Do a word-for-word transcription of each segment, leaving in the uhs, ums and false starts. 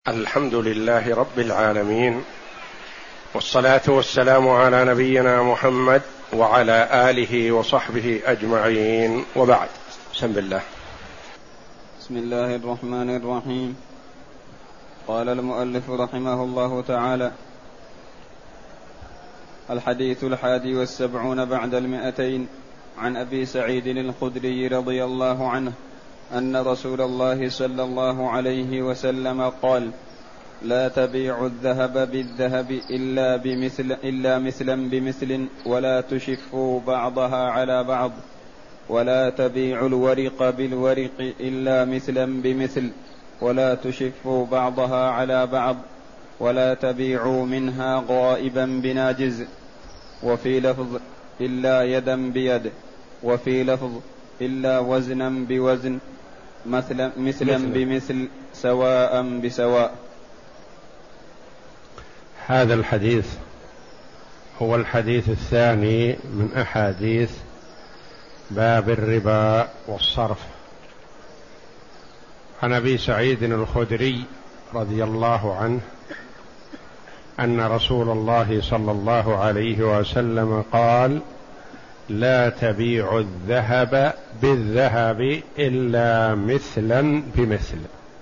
الحمد لله رب العالمين، والصلاة والسلام على نبينا محمد وعلى آله وصحبه أجمعين، وبعد. بسم الله. بسم الله الرحمن الرحيم. قال المؤلف رحمه الله تعالى: الحديث الحادي والسبعون بعد المئتين، عن أبي سعيد الخدري رضي الله عنه أن رسول الله صلى الله عليه وسلم قال: لا تبيعوا الذهب بالذهب إلا بمثل إلا مثلا بمثل، ولا تشفوا بعضها على بعض، ولا تبيعوا الورق بالورق إلا مثلا بمثل، ولا تشفوا بعضها على بعض، ولا تبيعوا منها غائبا بناجز، وفي لفظ إلا يدا بيد، وفي لفظ إلا وزنا بوزن، مثلا مثلا بمثل، سواء بسواء. هذا الحديث هو الحديث الثاني من أحاديث باب الربا والصرف. عن أبي سعيد الخدري رضي الله عنه أن رسول الله صلى الله عليه وسلم قال: لا تبيعوا الذهب بالذهب إلا مثلا بمثل.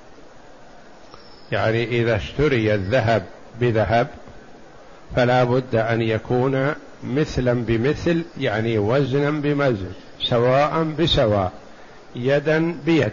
يعني إذا اشتري الذهب بذهب فلا بد أن يكون مثلا بمثل، يعني وزنا بمزن، سواء بسواء، يدا بيد.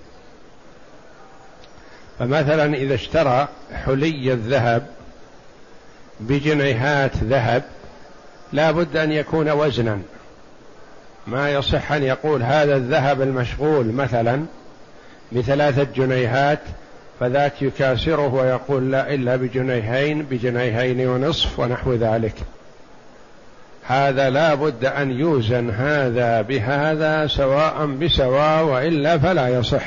فمثلا إذا اشترى حلي الذهب بجنيهات ذهب لا بد أن يكون وزنا، ما يصح أن يقول هذا الذهب المشغول مثلا بثلاثة جنيهات فذاك يكاسره ويقول لا إلا بجنيهين بجنيهين ونصف ونحو ذلك. هذا لا بد أن يوزن هذا بهذا سواء بسواء، وإلا فلا يصح.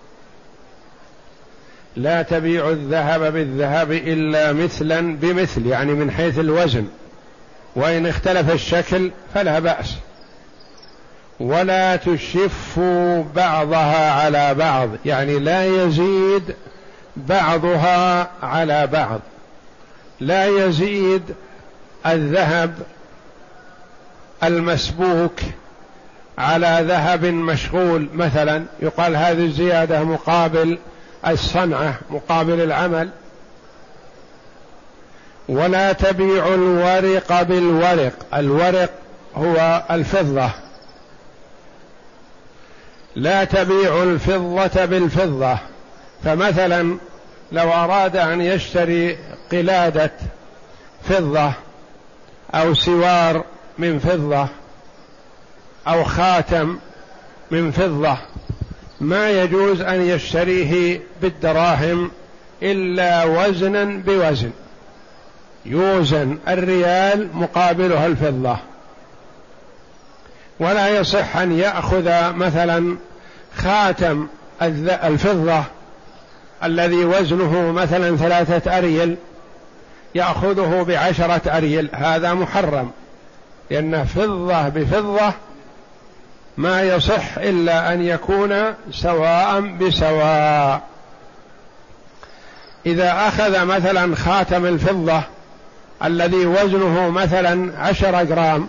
لا تبيع الذهب بالذهب إلا مثلا بمثل، يعني من حيث الوزن، وإن اختلف الشكل فلا بأس. ولا تشفوا بعضها على بعض، يعني لا يزيد بعضها على بعض، لا يزيد الذهب المسبوك على ذهب مشغول مثلا، يقال هذه الزيادة مقابل الصنعة، مقابل العمل. ولا تبيع الورق بالورق، الورق هو الفضة. لا تبيع الفضة بالفضة، فمثلا لو أراد أن يشتري قلادة فضة أو سوار من فضة أو خاتم من فضة ما يجوز أن يشتريه بالدراهم إلا وزنا بوزن، يوزن الريال مقابلها الفضة. ولا يصح أن يأخذ مثلا خاتم الفضة الذي وزنه مثلا ثلاثة أريل يأخذه بعشرة أريل، هذا محرم، لأن فضة بفضة ما يصح إلا أن يكون سواء بسواء. إذا أخذ مثلا خاتم الفضة الذي وزنه مثلا عشرة جرام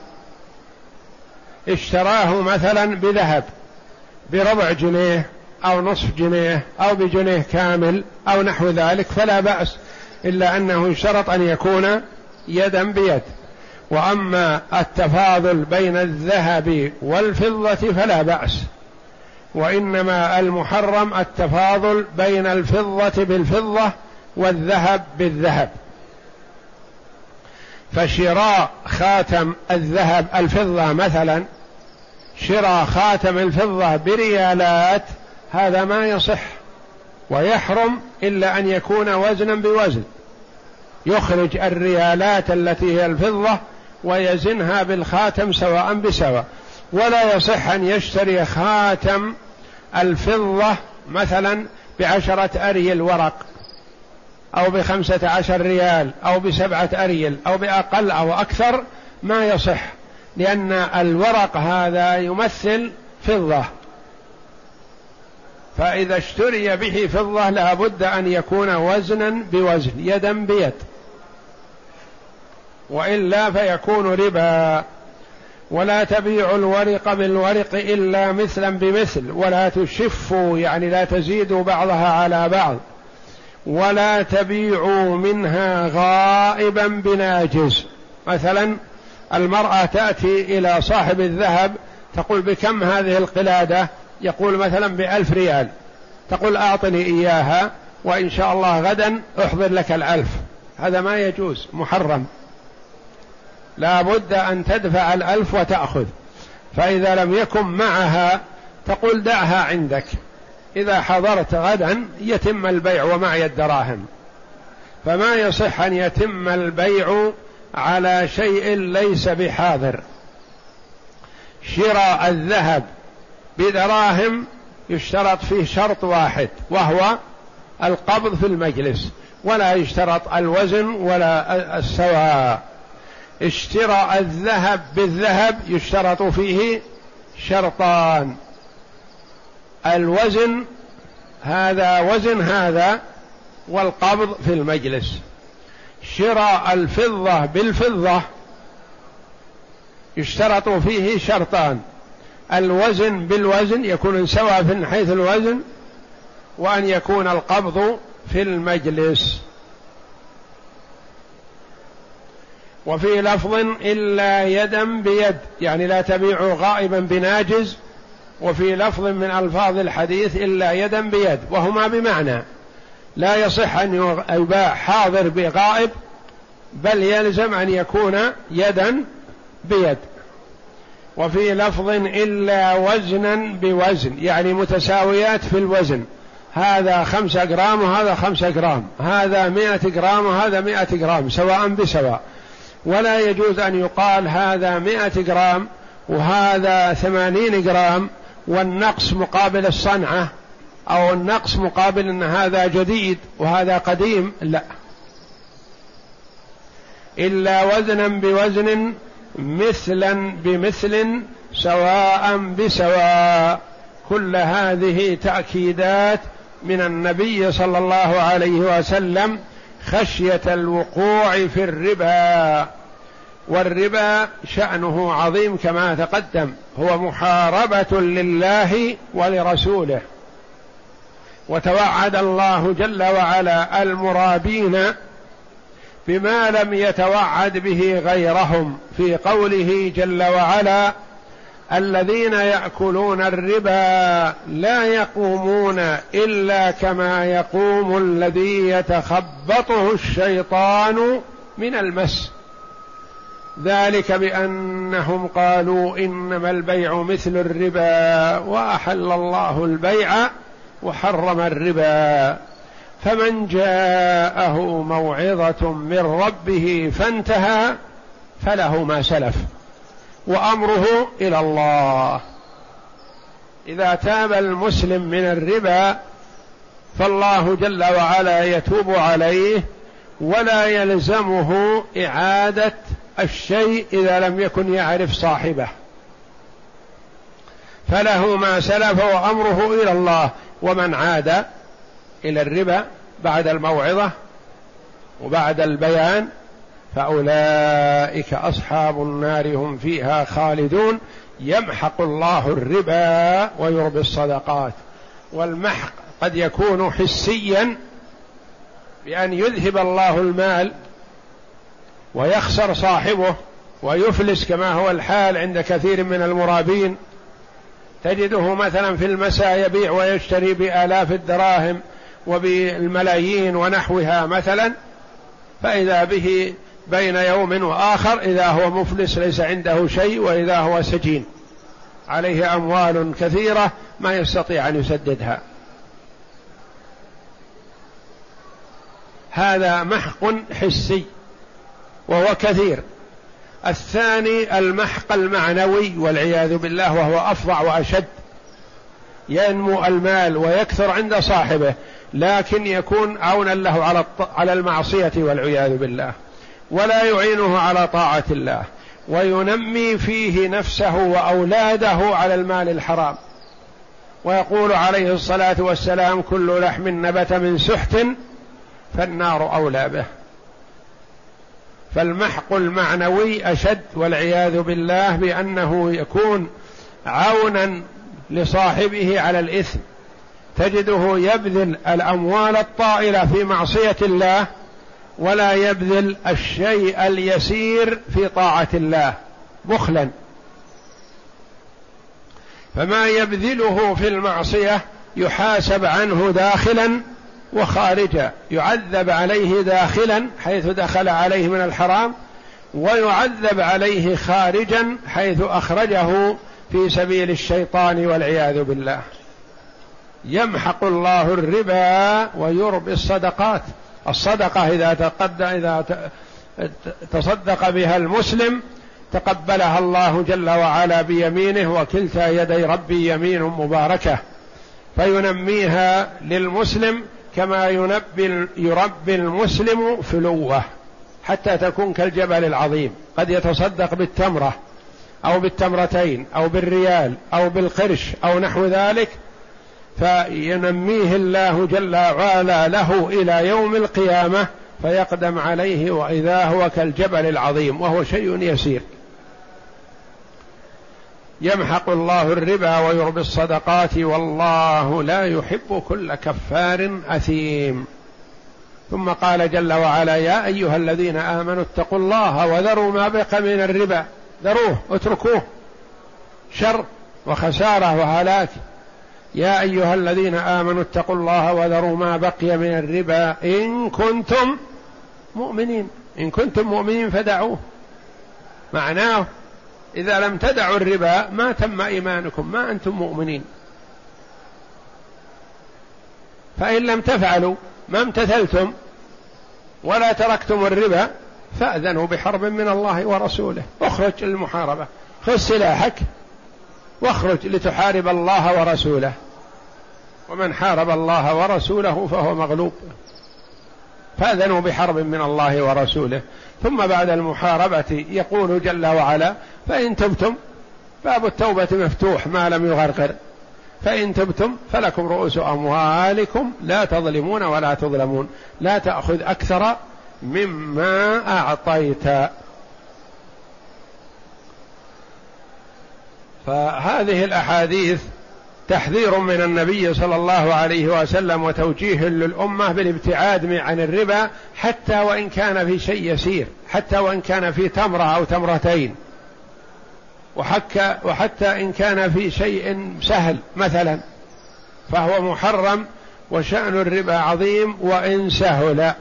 اشتراه مثلا بذهب بربع جنيه أو نصف جنيه أو بجنيه كامل أو نحو ذلك فلا بأس، إلا أنه يشترط أن يكون يدا بيد. وأما التفاضل بين الذهب والفضة فلا بأس، وإنما المحرم التفاضل بين الفضة بالفضة والذهب بالذهب. فشراء خاتم الذهب الفضة مثلا، شراء خاتم الفضة بريالات، هذا ما يصح ويحرم إلا أن يكون وزنا بوزن، يخرج الريالات التي هي الفضة ويزنها بالخاتم سواء بسواء. ولا يصح أن يشتري خاتم الفضة مثلا بعشرة أريل ورق أو بخمسة عشر ريال أو بسبعة أريل أو بأقل أو أكثر، ما يصح، لأن الورق هذا يمثل فضة. فإذا اشتري به فضة لا بد أن يكون وزنا بوزن، يدا بيد، وإلا فيكون ربا. ولا تبيع الورق بالورق إلا مثلا بمثل، ولا تشفوا يعني لا تزيدوا بعضها على بعض، ولا تبيعوا منها غائبا بناجز. مثلا المرأة تأتي إلى صاحب الذهب تقول بكم هذه القلادة؟ يقول مثلا بألف ريال، تقول أعطني إياها وإن شاء الله غدا أحضر لك الألف. هذا ما يجوز، محرم، لا بد أن تدفع الألف وتأخذ. فإذا لم يكن معها تقول دعها عندك، إذا حضرت غدا يتم البيع ومعي الدراهم. فما يصح أن يتم البيع على شيء ليس بحاضر. شراء الذهب بدراهم يشترط فيه شرط واحد، وهو القبض في المجلس، ولا يشترط الوزن ولا السواء. اشتراء الذهب بالذهب يشترط فيه شرطان: الوزن، هذا وزن هذا، والقبض في المجلس. شراء الفضة بالفضة يشترط فيه شرطان: الوزن بالوزن، يكون سواء من حيث الوزن، وأن يكون القبض في المجلس. وفي لفظ إلا يدا بيد، يعني لا تبيع غائبا بناجز. وفي لفظ من ألفاظ الحديث إلا يدا بيد، وهما بمعنى لا يصح أن يباع حاضر بغائب، بل يلزم أن يكون يدا بيد. وفي لفظ إلا وزنا بوزن، يعني متساويات في الوزن، هذا خمسة جرام وهذا خمسة جرام، هذا مائة جرام وهذا مائة جرام، سواء بسواء. ولا يجوز أن يقال هذا مائة جرام وهذا ثمانين جرام والنقص مقابل الصنعة، أو النقص مقابل أن هذا جديد وهذا قديم، لا. إلا وزنا بوزن مثلا بمثل سواء بسواء. كل هذه تأكيدات من النبي صلى الله عليه وسلم خشية الوقوع في الربا. والربا شأنه عظيم كما تقدم، هو محاربة لله ولرسوله. وتوعد الله جل وعلا المرابين بما لم يتوعد به غيرهم في قوله جل وعلا: الذين يأكلون الربا لا يقومون إلا كما يقوم الذي يتخبطه الشيطان من المس، ذلك بأنهم قالوا إنما البيع مثل الربا وأحل الله البيع وحرم الربا. فمن جاءه موعظة من ربه فانتهى فله ما سلف وأمره إلى الله. إذا تاب المسلم من الربا فالله جل وعلا يتوب عليه، ولا يلزمه إعادة الشيء إذا لم يكن يعرف صاحبه، فله ما سلف وأمره إلى الله. ومن عاد إلى الربا بعد الموعظة وبعد البيان فأولئك أصحاب النار هم فيها خالدون. يمحق الله الربا ويربي الصدقات. والمحق قد يكون حسيا بأن يذهب الله المال ويخسر صاحبه ويفلس، كما هو الحال عند كثير من المرابين، تجده مثلا في المساء يبيع ويشتري بآلاف الدراهم وبالملايين ونحوها مثلا، فإذا به بين يوم وآخر إذا هو مفلس ليس عنده شيء، وإذا هو سجين عليه أموال كثيرة ما يستطيع أن يسددها. هذا محق حسي وهو كثير. الثاني المحق المعنوي والعياذ بالله، وهو أفظع وأشد. ينمو المال ويكثر عند صاحبه، لكن يكون عونا له على على المعصية والعياذ بالله، ولا يعينه على طاعة الله، وينمي فيه نفسه وأولاده على المال الحرام. ويقول عليه الصلاة والسلام كل لحم نبت من سحت فالنار أولى به. فالمحق المعنوي أشد والعياذ بالله، بأنه يكون عونا لصاحبه على الإثم، تجده يبذل الأموال الطائلة في معصية الله ولا يبذل الشيء اليسير في طاعة الله بخلا، فما يبذله في المعصية يحاسب عنه داخلا وخارجا، يعذب عليه داخلا حيث دخل عليه من الحرام، ويعذب عليه خارجا حيث أخرجه في سبيل الشيطان والعياذ بالله. يمحق الله الربا ويربي الصدقات. الصدقة إذا تقدم إذا تصدق بها المسلم تقبلها الله جل وعلا بيمينه، وكلتا يدي ربي يمين مباركة، فينميها للمسلم كما ينبي يربي المسلم فلوه حتى تكون كالجبل العظيم. قد يتصدق بالتمرة أو بالتمرتين أو بالريال أو بالقرش أو نحو ذلك، فينميه الله جل وعلا له إلى يوم القيامة فيقدم عليه وإذا هو كالجبل العظيم وهو شيء يسير. يمحق الله الربا ويربي الصدقات والله لا يحب كل كفار أثيم. ثم قال جل وعلا يا أيها الذين آمنوا اتقوا الله وذروا ما بقي من الربا، ذروه اتركوه، شر وخسارة وهلاك. يا أيها الذين آمنوا اتقوا الله وذروا ما بقي من الربا إن كنتم مؤمنين. إن كنتم مؤمنين فدعوه، معناه إذا لم تدعوا الربا ما تم إيمانكم، ما أنتم مؤمنين. فإن لم تفعلوا ما امتثلتم ولا تركتم الربا فأذنوا بحرب من الله ورسوله. اخرج للمحاربة، خذ سلاحك واخرج لتحارب الله ورسوله، ومن حارب الله ورسوله فهو مغلوب. فأذنوا بحرب من الله ورسوله. ثم بعد المحاربة يقول جل وعلا فإن تبتم، باب التوبة مفتوح ما لم يغرغر، فإن تبتم فلكم رؤوس أموالكم لا تظلمون ولا تظلمون، لا تأخذ أكثر مما أعطيت. فهذه الأحاديث تحذير من النبي صلى الله عليه وسلم وتوجيه للأمة بالابتعاد عن الربا، حتى وإن كان في شيء يسير، حتى وإن كان في تمرة أو تمرتين، وحتى, وحتى إن كان في شيء سهل مثلا فهو محرم، وشأن الربا عظيم وإن سهل.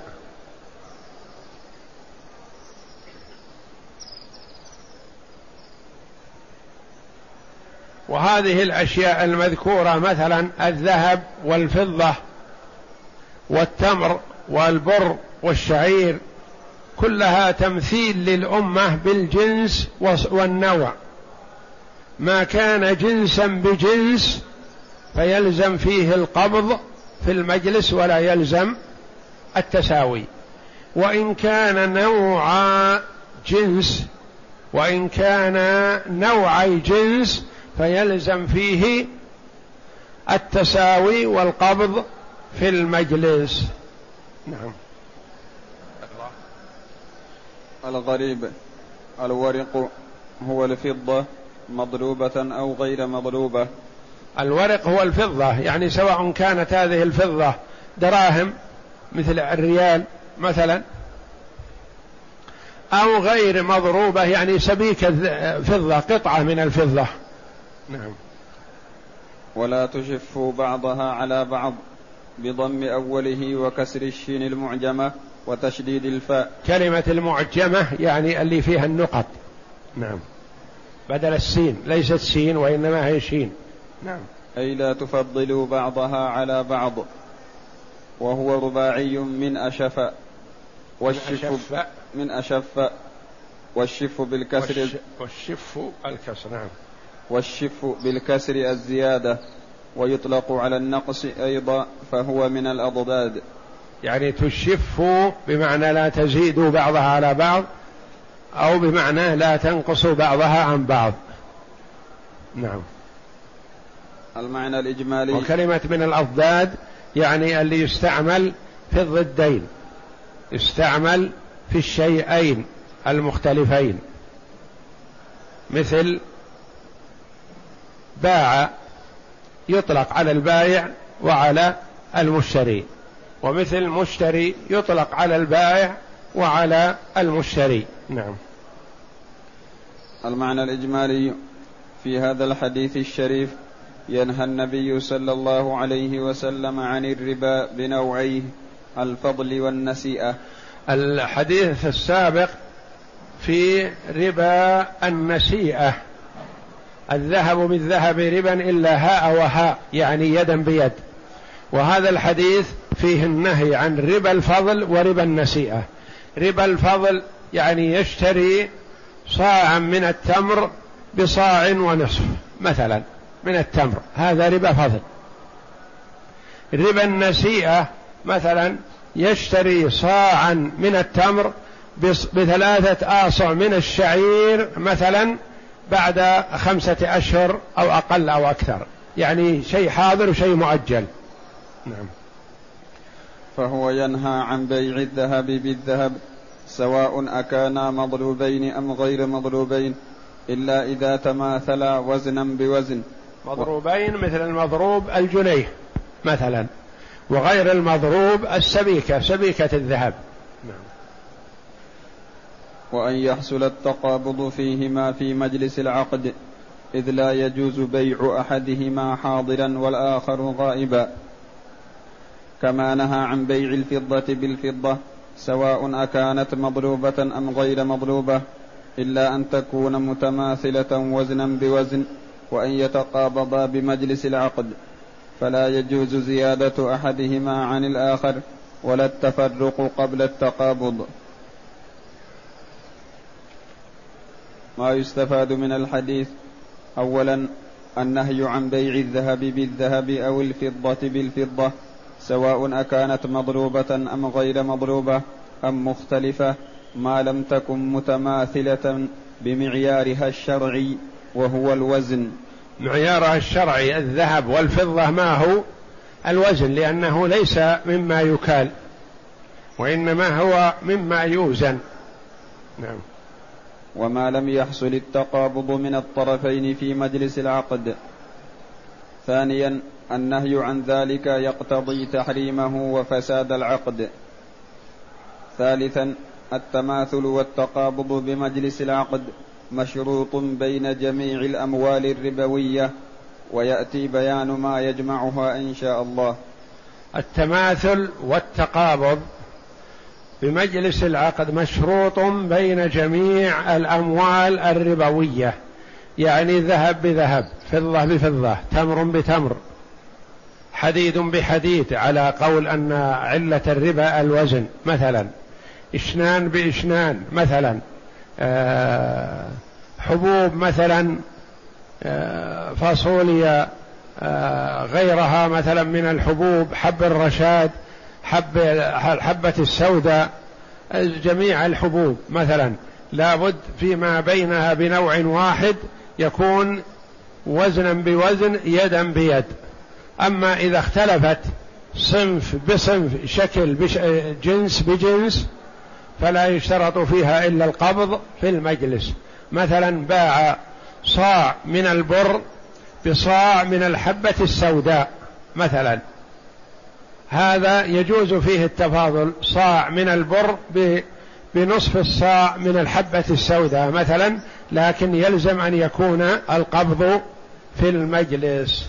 وهذه الأشياء المذكورة مثلا الذهب والفضة والتمر والبر والشعير كلها تمثيل للأمة بالجنس والنوع. ما كان جنسا بجنس فيلزم فيه القبض في المجلس ولا يلزم التساوي، وإن كان نوع جنس وإن كان نوعي جنس فيلزم فيه التساوي والقبض في المجلس. نعم. الغريب الورق هو الفضة مضروبة أو غير مضروبة. الورق هو الفضة، يعني سواء كانت هذه الفضة دراهم مثل الريال مثلا أو غير مضروبة، يعني سبيكة فضة، قطعة من الفضة. نعم. ولا تشف بعضها على بعض بضم أوله وكسر الشين المعجمة وتشديد الفاء. كلمة المعجمة يعني اللي فيها النقط. نعم، بدل السين، ليست سين وإنما هي شين. نعم. أي لا تفضلوا بعضها على بعض. وهو رباعي من أشف والشف من أشف والشف بالكسر والشف الكسر. نعم. والشف بالكسر الزيادة، ويطلق على النقص أيضا فهو من الأضداد. يعني تشف بمعنى لا تزيد بعضها على بعض، أو بمعنى لا تنقص بعضها عن بعض. نعم. المعنى الإجمالي. وكلمة من الأضداد يعني اللي يستعمل في الضدين، يستعمل في الشيئين المختلفين، مثل باع يطلق على البائع وعلى المشتري، ومثل مشتري يطلق على البائع وعلى المشتري. نعم. المعنى الإجمالي في هذا الحديث الشريف: ينهى النبي صلى الله عليه وسلم عن الربا بنوعيه الفضل والنسيئة. الحديث السابق في ربا النسيئة، الذهب بالذهب ربا إلا هاء وهاء يعني يدا بيد، وهذا الحديث فيه النهي عن ربا الفضل وربا النسيئة. ربا الفضل يعني يشتري صاعا من التمر بصاع ونصف مثلا من التمر، هذا ربا فضل. ربا النسيئة مثلا يشتري صاعا من التمر بثلاثة آصع من الشعير مثلا بعد خمسة أشهر أو أقل أو أكثر، يعني شيء حاضر وشيء مؤجل. نعم. فهو ينهى عن بيع الذهب بالذهب سواء أكانا مضروبين أم غير مضروبين، إلا إذا تماثلا وزنا بوزن. مضروبين مثل المضروب الجنيه مثلا، وغير المضروب السبيكة، سبيكة الذهب. نعم. وأن يحصل التقابض فيهما في مجلس العقد، إذ لا يجوز بيع أحدهما حاضرا والآخر غائبا، كما نهى عن بيع الفضة بالفضة سواء أكانت مضروبة أم غير مضروبة، إلا أن تكون متماثلة وزنا بوزن، وأن يتقابضا بمجلس العقد، فلا يجوز زيادة أحدهما عن الآخر ولا التفرق قبل التقابض. ما يستفاد من الحديث: أولا النهي عن بيع الذهب بالذهب أو الفضة بالفضة سواء أكانت مضروبة أم غير مضروبة أم مختلفة، ما لم تكن متماثلة بمعيارها الشرعي وهو الوزن. معيارها الشرعي الذهب والفضة ما هو؟ الوزن، لأنه ليس مما يكال وإنما هو مما يوزن. نعم. وما لم يحصل التقابض من الطرفين في مجلس العقد. ثانيا النهي عن ذلك يقتضي تحريمه وفساد العقد. ثالثا التماثل والتقابض بمجلس العقد مشروط بين جميع الأموال الربوية، ويأتي بيان ما يجمعها إن شاء الله. التماثل والتقابض بمجلس العقد مشروط بين جميع الأموال الربوية، يعني ذهب بذهب، فضة بفضة، تمر بتمر، حديد بحديد، على قول أن علة الربا الوزن مثلا، إشنان بإشنان مثلا، أه حبوب مثلا، أه فاصوليا، أه غيرها مثلا من الحبوب، حب الرشاد، حب حبة السوداء، جميع الحبوب مثلا لابد فيما بينها بنوع واحد يكون وزنا بوزن، يدا بيد. أما إذا اختلفت صنف بصنف، شكل جنس بجنس، فلا يشترط فيها إلا القبض في المجلس. مثلا باع صاع من البر بصاع من الحبة السوداء مثلا، هذا يجوز فيه التفاضل، صاع من البر بنصف الصاع من الحبة السوداء مثلا، لكن يلزم أن يكون القبض في المجلس.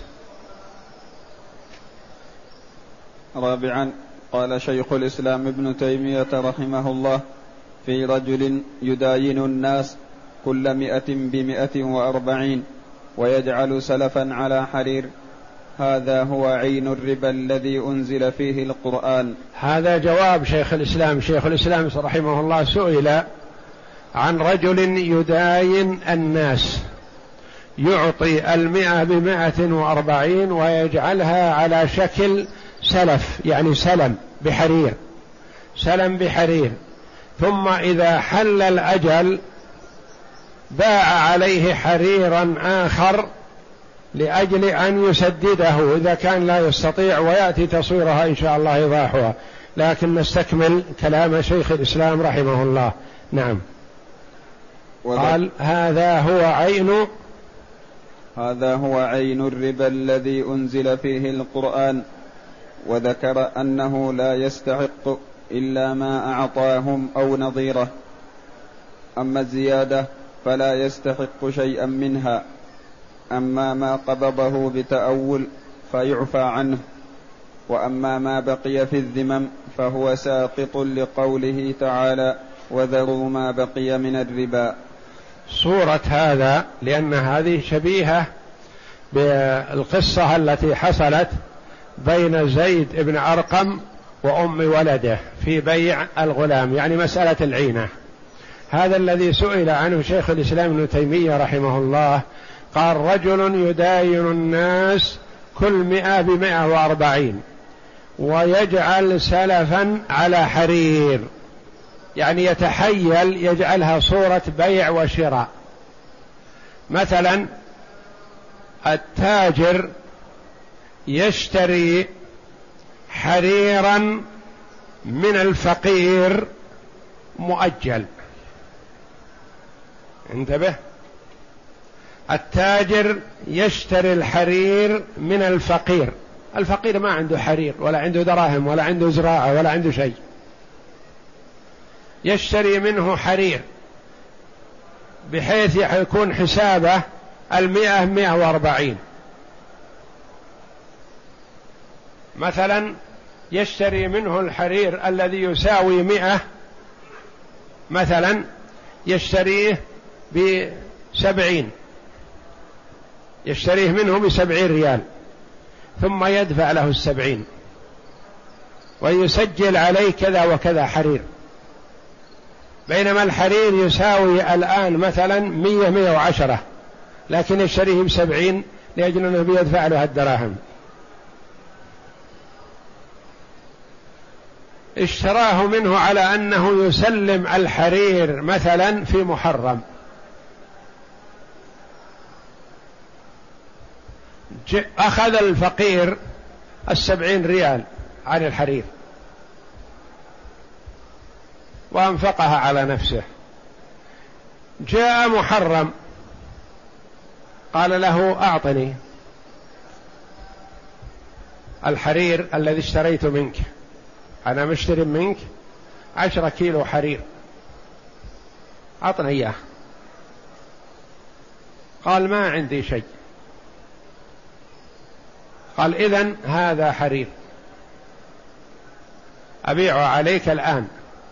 رابعا قال شيخ الإسلام ابن تيمية رحمه الله: في رجل يداين الناس كل مئة بمئة وأربعين ويجعل سلفا على حرير، هذا هو عين الربا الذي أنزل فيه القرآن. هذا جواب شيخ الإسلام. شيخ الإسلام رحمه الله سئل عن رجل يداين الناس، يعطي المئة بمئة وأربعين ويجعلها على شكل سلف، يعني سلم بحرير، سلم بحرير، ثم إذا حل الأجل باع عليه حريرا آخر لأجل أن يسدده إذا كان لا يستطيع، ويأتي تصويرها إن شاء الله إيضاحها، لكن نستكمل كلام شيخ الإسلام رحمه الله. نعم. قال هذا هو عين هذا هو عين الربا الذي أنزل فيه القرآن، وذكر أنه لا يستحق إلا ما أعطاهم أو نظيره، أما الزيادة فلا يستحق شيئا منها، أما ما قبضه بتأول فيعفى عنه، وأما ما بقي في الذمم فهو ساقط لقوله تعالى وذروا ما بقي من الربا. صورة هذا لأن هذه شبيهة بالقصة التي حصلت بين زيد بن أرقم وأم ولده في بيع الغلام، يعني مسألة العينة. هذا الذي سئل عنه شيخ الإسلام ابن تيمية رحمه الله، قال رجل يداين الناس كل مئة بمئة وأربعين ويجعل سلفا على حرير، يعني يتحيل يجعلها صورة بيع وشراء. مثلا التاجر يشتري حريرا من الفقير مؤجل، انتبه، التاجر يشتري الحرير من الفقير، الفقير ما عنده حرير ولا عنده دراهم ولا عنده زراعة ولا عنده شيء، يشتري منه حرير بحيث يكون حسابه المئة مئة واربعين. مثلا يشتري منه الحرير الذي يساوي مئة، مثلا يشتريه بسبعين، يشتريه منه بسبعين ريال، ثم يدفع له السبعين ويسجل عليه كذا وكذا حرير، بينما الحرير يساوي الآن مثلا مية مية وعشرة، لكن يشتريه بسبعين لأجل أنه بيدفع له الدراهم. اشتراه منه على أنه يسلم الحرير مثلا في محرم، أخذ الفقير السبعين ريال عن الحرير وأنفقها على نفسه، جاء محرم قال له أعطني الحرير الذي اشتريت منك، أنا مشتري منك عشرة كيلو حرير، أعطني إياه. قال ما عندي شيء. قال إذن هذا حرير أبيعه عليك الآن،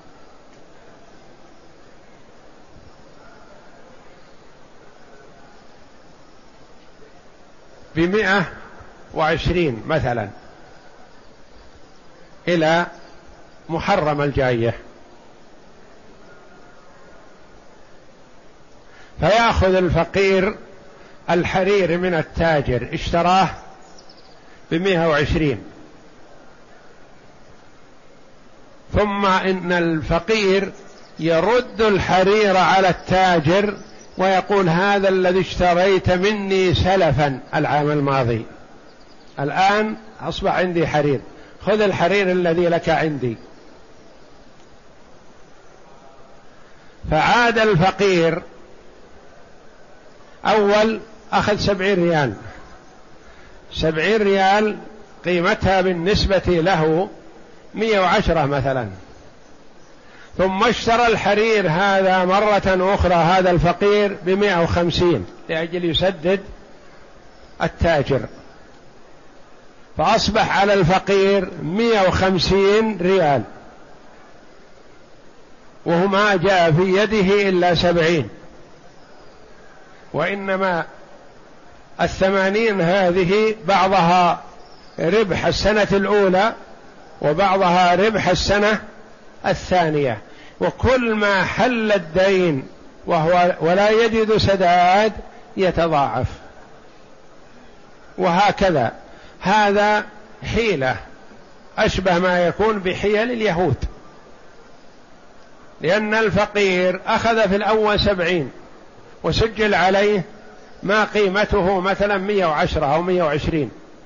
بمئة وعشرين مثلا إلى محرم الجاية، فيأخذ الفقير الحرير من التاجر اشتراه بمئة وعشرين، ثم إن الفقير يرد الحرير على التاجر ويقول هذا الذي اشتريت مني سلفا العام الماضي، الآن أصبح عندي حرير، خذ الحرير الذي لك عندي. فعاد الفقير أول أخذ سبعين ريال، سبعين ريال قيمتها بالنسبة له مئة وعشرة مثلا، ثم اشترى الحرير هذا مرة أخرى هذا الفقير بمئة وخمسين لأجل يسدد التاجر، فأصبح على الفقير مئة وخمسين ريال، وهو ما جاء في يده إلا سبعين، وإنما الثمانين هذه بعضها ربح السنة الأولى وبعضها ربح السنة الثانية، وكل ما حل الدين وهو ولا يجد سداد يتضاعف، وهكذا. هذا حيلة أشبه ما يكون بحيل اليهود، لأن الفقير أخذ في الأول سبعين وسجل عليه ما قيمته مثلا مئة وعشرة أو مئة وعشرين،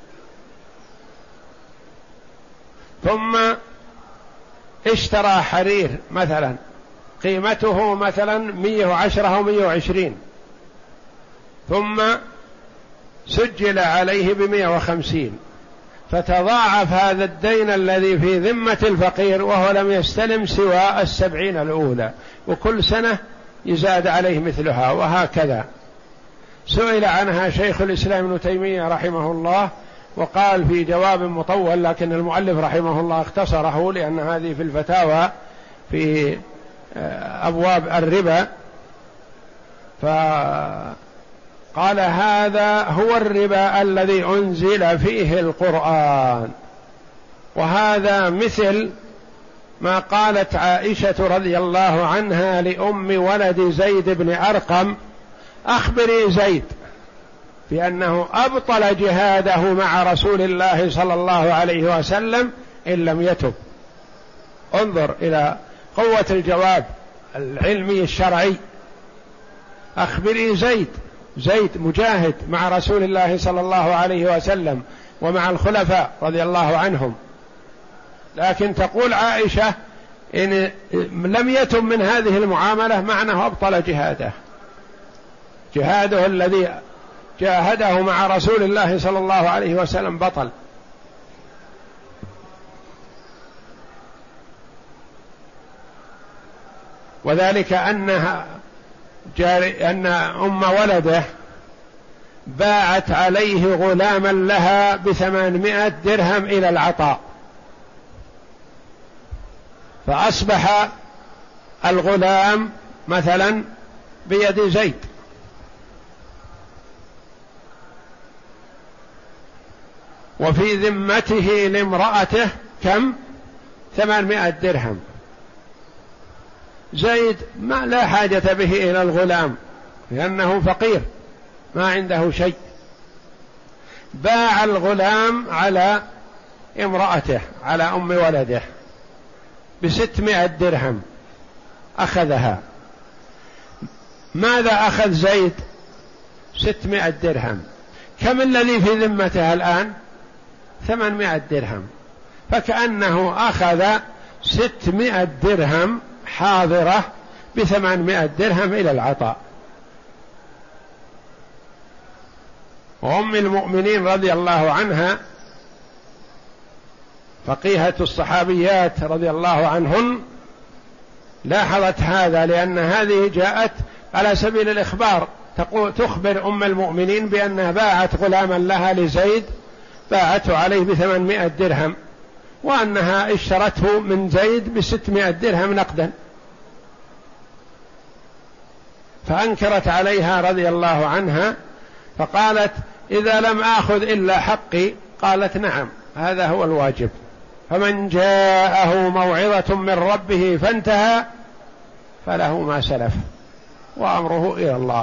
ثم اشترى حرير مثلا قيمته مثلا مئة وعشرة أو مئة وعشرين، ثم سجل عليه بمئة وخمسين، فتضاعف هذا الدين الذي في ذمة الفقير وهو لم يستلم سوى السبعين الأولى، وكل سنة يزاد عليه مثلها، وهكذا. سئل عنها شيخ الإسلام ابن تيمية رحمه الله وقال في جواب مطول، لكن المؤلف رحمه الله اختصره لأن هذه في الفتاوى في أبواب الربا، فقال هذا هو الربا الذي أنزل فيه القرآن، وهذا مثل ما قالت عائشة رضي الله عنها لأم ولد زيد بن أرقم: أخبري زيد بأنه أبطل جهاده مع رسول الله صلى الله عليه وسلم إن لم يتب. انظر إلى قوة الجواب العلمي الشرعي. أخبري زيد، زيد مجاهد مع رسول الله صلى الله عليه وسلم ومع الخلفاء رضي الله عنهم، لكن تقول عائشة إن لم يتم من هذه المعاملة معناه أبطل جهاده، جهاده الذي جاهده مع رسول الله صلى الله عليه وسلم بطل. وذلك أنها جاري أن أم ولده باعت عليه غلاما لها بثمانمائة درهم إلى العطاء، فأصبح الغلام مثلا بيد زيد، وفي ذمته لامرأته كم؟ ثمانمائة درهم. زيد ما لا حاجة به إلى الغلام لأنه فقير ما عنده شيء، باع الغلام على امرأته على أم ولده بستمائة درهم، أخذها. ماذا أخذ زيد؟ ستمائة درهم. كم الذي في ذمتها الآن؟ ثمانمائة درهم، فكأنه أخذ ستمائة درهم حاضرة بثمانمائة درهم إلى العطاء. وأم المؤمنين رضي الله عنها فقيهة الصحابيات رضي الله عنهن لاحظت هذا، لأن هذه جاءت على سبيل الإخبار، تقول تخبر أم المؤمنين بأنها باعت غلاما لها لزيد، باعته عليه بثمانمائة درهم، وأنها اشترته من زيد بستمائة درهم نقدا. فأنكرت عليها رضي الله عنها، فقالت: إذا لم آخذ إلا حقي. قالت: نعم، هذا هو الواجب. فمن جاءه موعظة من ربه فانتهى فله ما سلف وأمره إلى الله.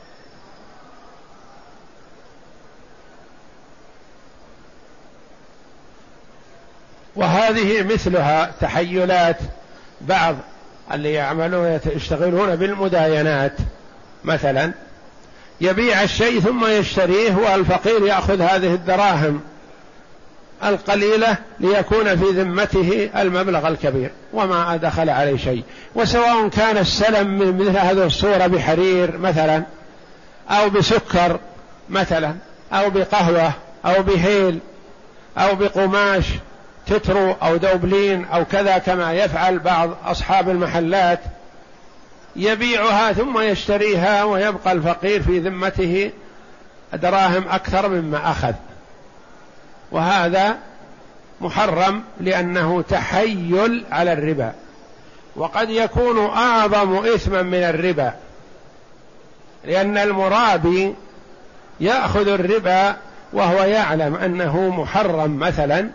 وهذه مثلها تحيلات بعض اللي يعملون يشتغلون بالمداينات، مثلا يبيع الشيء ثم يشتريه والفقير يأخذ هذه الدراهم القليلة ليكون في ذمته المبلغ الكبير وما دخل عليه شيء. وسواء كان السلم من مثل هذه الصورة بحرير مثلا، أو بسكر مثلا، أو بقهوة، أو بهيل، أو بقماش تترو أو دوبلين أو كذا، كما يفعل بعض أصحاب المحلات، يبيعها ثم يشتريها ويبقى الفقير في ذمته دراهم أكثر مما أخذ، وهذا محرم لأنه تحيل على الربا. وقد يكون أعظم إثما من الربا، لأن المرابي يأخذ الربا وهو يعلم أنه محرم مثلا،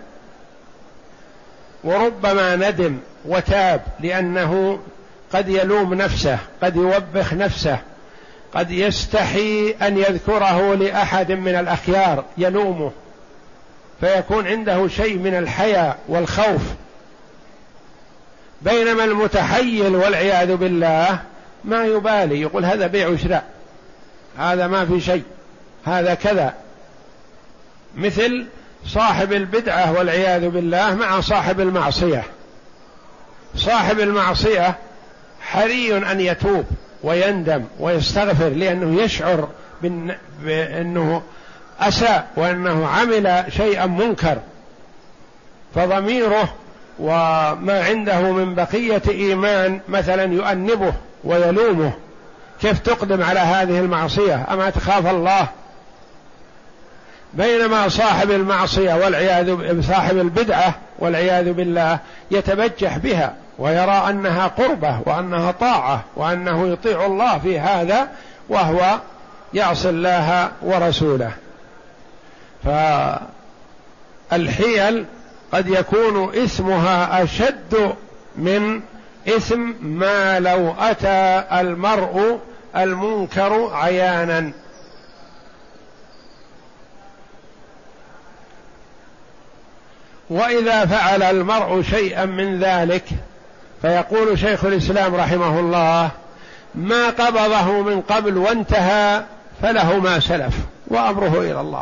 وربما ندم وتاب لأنه قد يلوم نفسه، قد يوبخ نفسه، قد يستحي أن يذكره لأحد من الأخيار يلومه، فيكون عنده شيء من الحياء والخوف. بينما المتحيل والعياذ بالله ما يبالي، يقول هذا بيع وشراء، هذا ما في شيء، هذا كذا. مثل صاحب البدعة والعياذ بالله مع صاحب المعصية. صاحب المعصية حري أن يتوب ويندم ويستغفر، لأنه يشعر بأنه أساء وأنه عمل شيئا منكر، فضميره وما عنده من بقية إيمان مثلا يؤنبه ويلومه: كيف تقدم على هذه المعصية؟ أما تخاف الله؟ بينما صاحب المعصية والعياذ صاحب البدعة والعياذ بالله يتبجح بها ويرى أنها قربة وأنها طاعة وأنه يطيع الله في هذا، وهو يعصي الله ورسوله. فالحيل قد يكون إثمها أشد من إثم ما لو أتى المرء المنكر عيانا. وإذا فعل المرء شيئا من ذلك فيقول شيخ الإسلام رحمه الله: ما قبضه من قبل وانتهى فله ما سلف وأمره إلى الله.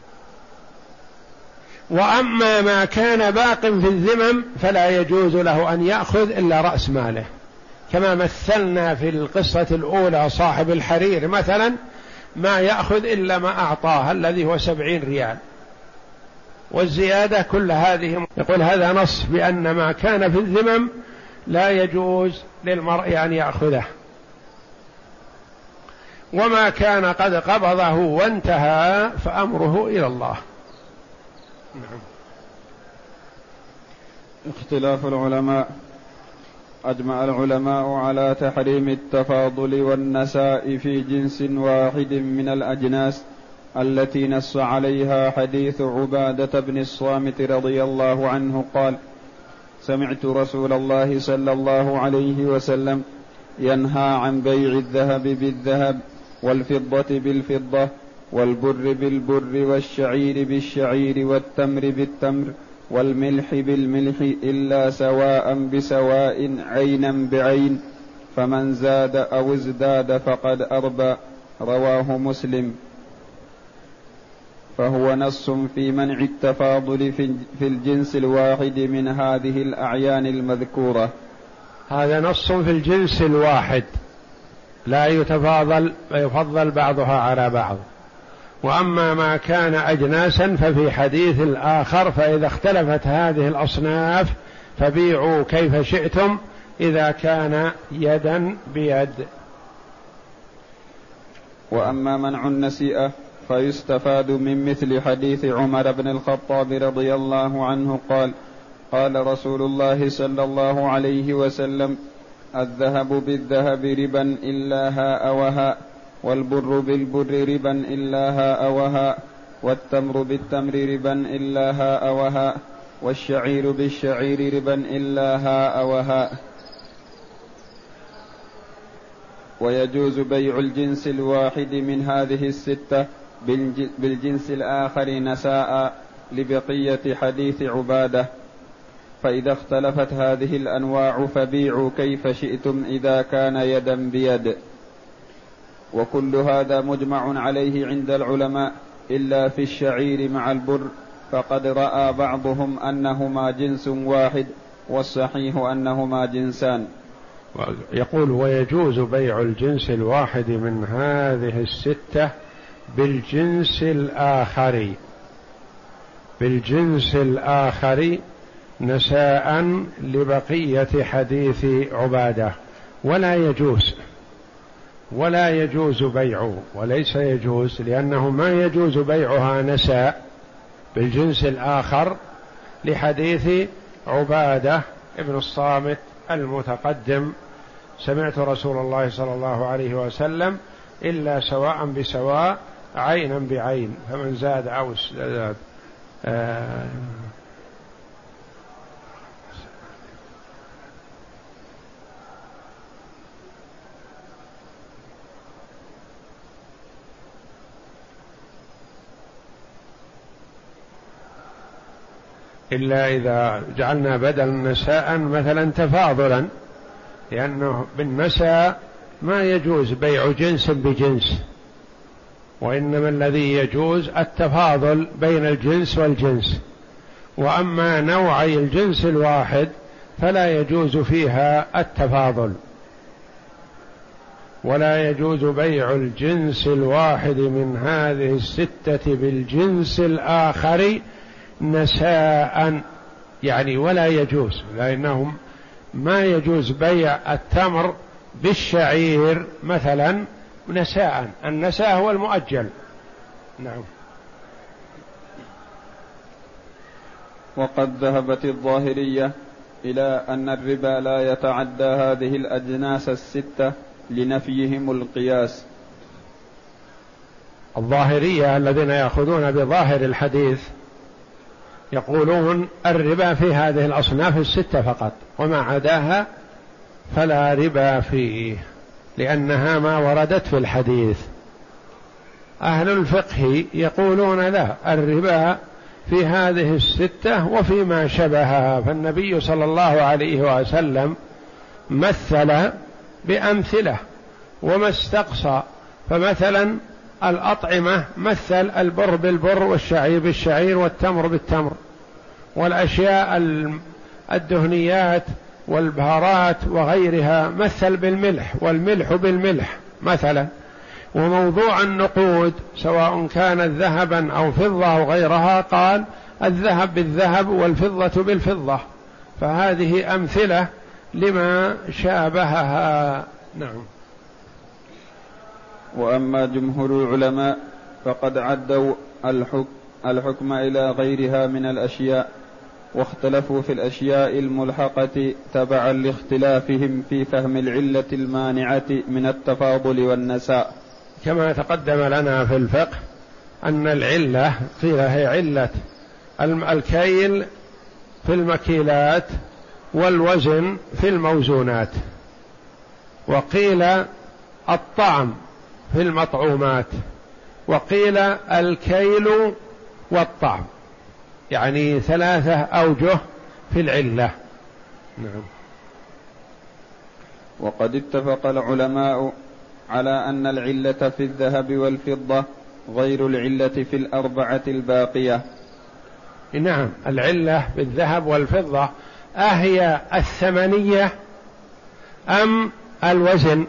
وأما ما كان باق في الذمم فلا يجوز له أن يأخذ إلا رأس ماله، كما مثلنا في القصة الأولى صاحب الحرير مثلا ما يأخذ إلا ما أعطاه الذي هو سبعين ريال، والزيادة كل هذه. يقول هذا نص بأن ما كان في الذمم لا يجوز للمرء أن يأخذه، وما كان قد قبضه وانتهى فأمره إلى الله. نعم. اختلاف العلماء. أجمع العلماء على تحريم التفاضل والنساء في جنس واحد من الأجناس التي نص عليها حديث عبادة بن الصامت رضي الله عنه قال: سمعت رسول الله صلى الله عليه وسلم ينهى عن بيع الذهب بالذهب والفضة بالفضة والبر بالبر والشعير بالشعير والتمر بالتمر والملح بالملح إلا سواء بسواء عينا بعين، فمن زاد أو ازداد فقد أربى. رواه مسلم. فهو نص في منع التفاضل في الجنس الواحد من هذه الأعيان المذكورة. هذا نص في الجنس الواحد، لا يتفاضل ويفضل بعضها على بعض. وأما ما كان أجناسا ففي حديث الآخر: فإذا اختلفت هذه الأصناف فبيعوا كيف شئتم إذا كان يدا بيد. وأما منع النسيئة فيستفاد من مثل حديث عمر بن الخطاب رضي الله عنه قال: قال رسول الله صلى الله عليه وسلم: الذهب بالذهب ربا إلا هاء وهاء، والبر بالبر ربا إلا هاء وهاء، والتمر بالتمر ربا إلا هاء وهاء، والشعير بالشعير ربا إلا هاء وهاء. ويجوز بيع الجنس الواحد من هذه الستة بالجنس الآخر نساء لبقية حديث عبادة. فإذا اختلفت هذه الأنواع فبيعوا كيف شئتم إذا كان يدا بيد. وكل هذا مجمع عليه عند العلماء إلا في الشعير مع البر، فقد رأى بعضهم أنهما جنس واحد، والصحيح أنهما جنسان. يقول: ويجوز بيع الجنس الواحد من هذه الستة بالجنس الآخر بالجنس الآخر نساء لبقية حديث عبادة. ولا يجوز ولا يجوز بيع، وليس يجوز، لأنه ما يجوز بيعها نساء بالجنس الآخر لحديث عبادة ابن الصامت المتقدم: سمعت رسول الله صلى الله عليه وسلم: إلا سواء بسواء عينا بعين، فمن زاد أو زاد. آه إلا إذا جعلنا بدل نساء مثلا تفاضلا، لأنه بالنساء ما يجوز بيع جنس بجنس، وإنما الذي يجوز التفاضل بين الجنس والجنس، وأما نوعي الجنس الواحد فلا يجوز فيها التفاضل، ولا يجوز بيع الجنس الواحد من هذه الستة بالجنس الآخر نساء، يعني ولا يجوز، لأنهم ما يجوز بيع التمر بالشعير مثلا نساء، النساء هو المؤجل. نعم. وقد ذهبت الظاهرية إلى أن الربا لا يتعدى هذه الأجناس الستة لنفيهم القياس. الظاهرية الذين يأخذون بظاهر الحديث يقولون الربا في هذه الأصناف الستة فقط، وما عداها فلا ربا فيه، لأنها ما وردت في الحديث. أهل الفقه يقولون لا، الربا في هذه الستة وفيما شبهها، فالنبي صلى الله عليه وسلم مثل بأمثلة وما استقصى، فمثلا الأطعمة مثل البر بالبر والشعير بالشعير والتمر بالتمر، والأشياء الدهنيات والبهارات وغيرها مثل بالملح والملح بالملح مثلا. وموضوع النقود سواء كانت ذهبا أو فضة أو غيرها قال الذهب بالذهب والفضة بالفضة، فهذه أمثلة لما شابهها. نعم. وأما جمهور العلماء فقد عدوا الحكم, الحكم إلى غيرها من الأشياء، واختلفوا في الأشياء الملحقة تبعا لاختلافهم في فهم العلة المانعة من التفاضل والنساء. كما تقدم لنا في الفقه أن العلة قيل هي علة الكيل في المكيلات والوزن في الموزونات، وقيل الطعم في المطعومات، وقيل الكيل والطعم، يعني ثلاثة أوجه في العلة. نعم. وقد اتفق العلماء على أن العلة في الذهب والفضة غير العلة في الأربعة الباقية. نعم، العلة بالذهب والفضة أهي الثمنية أم الوزن؟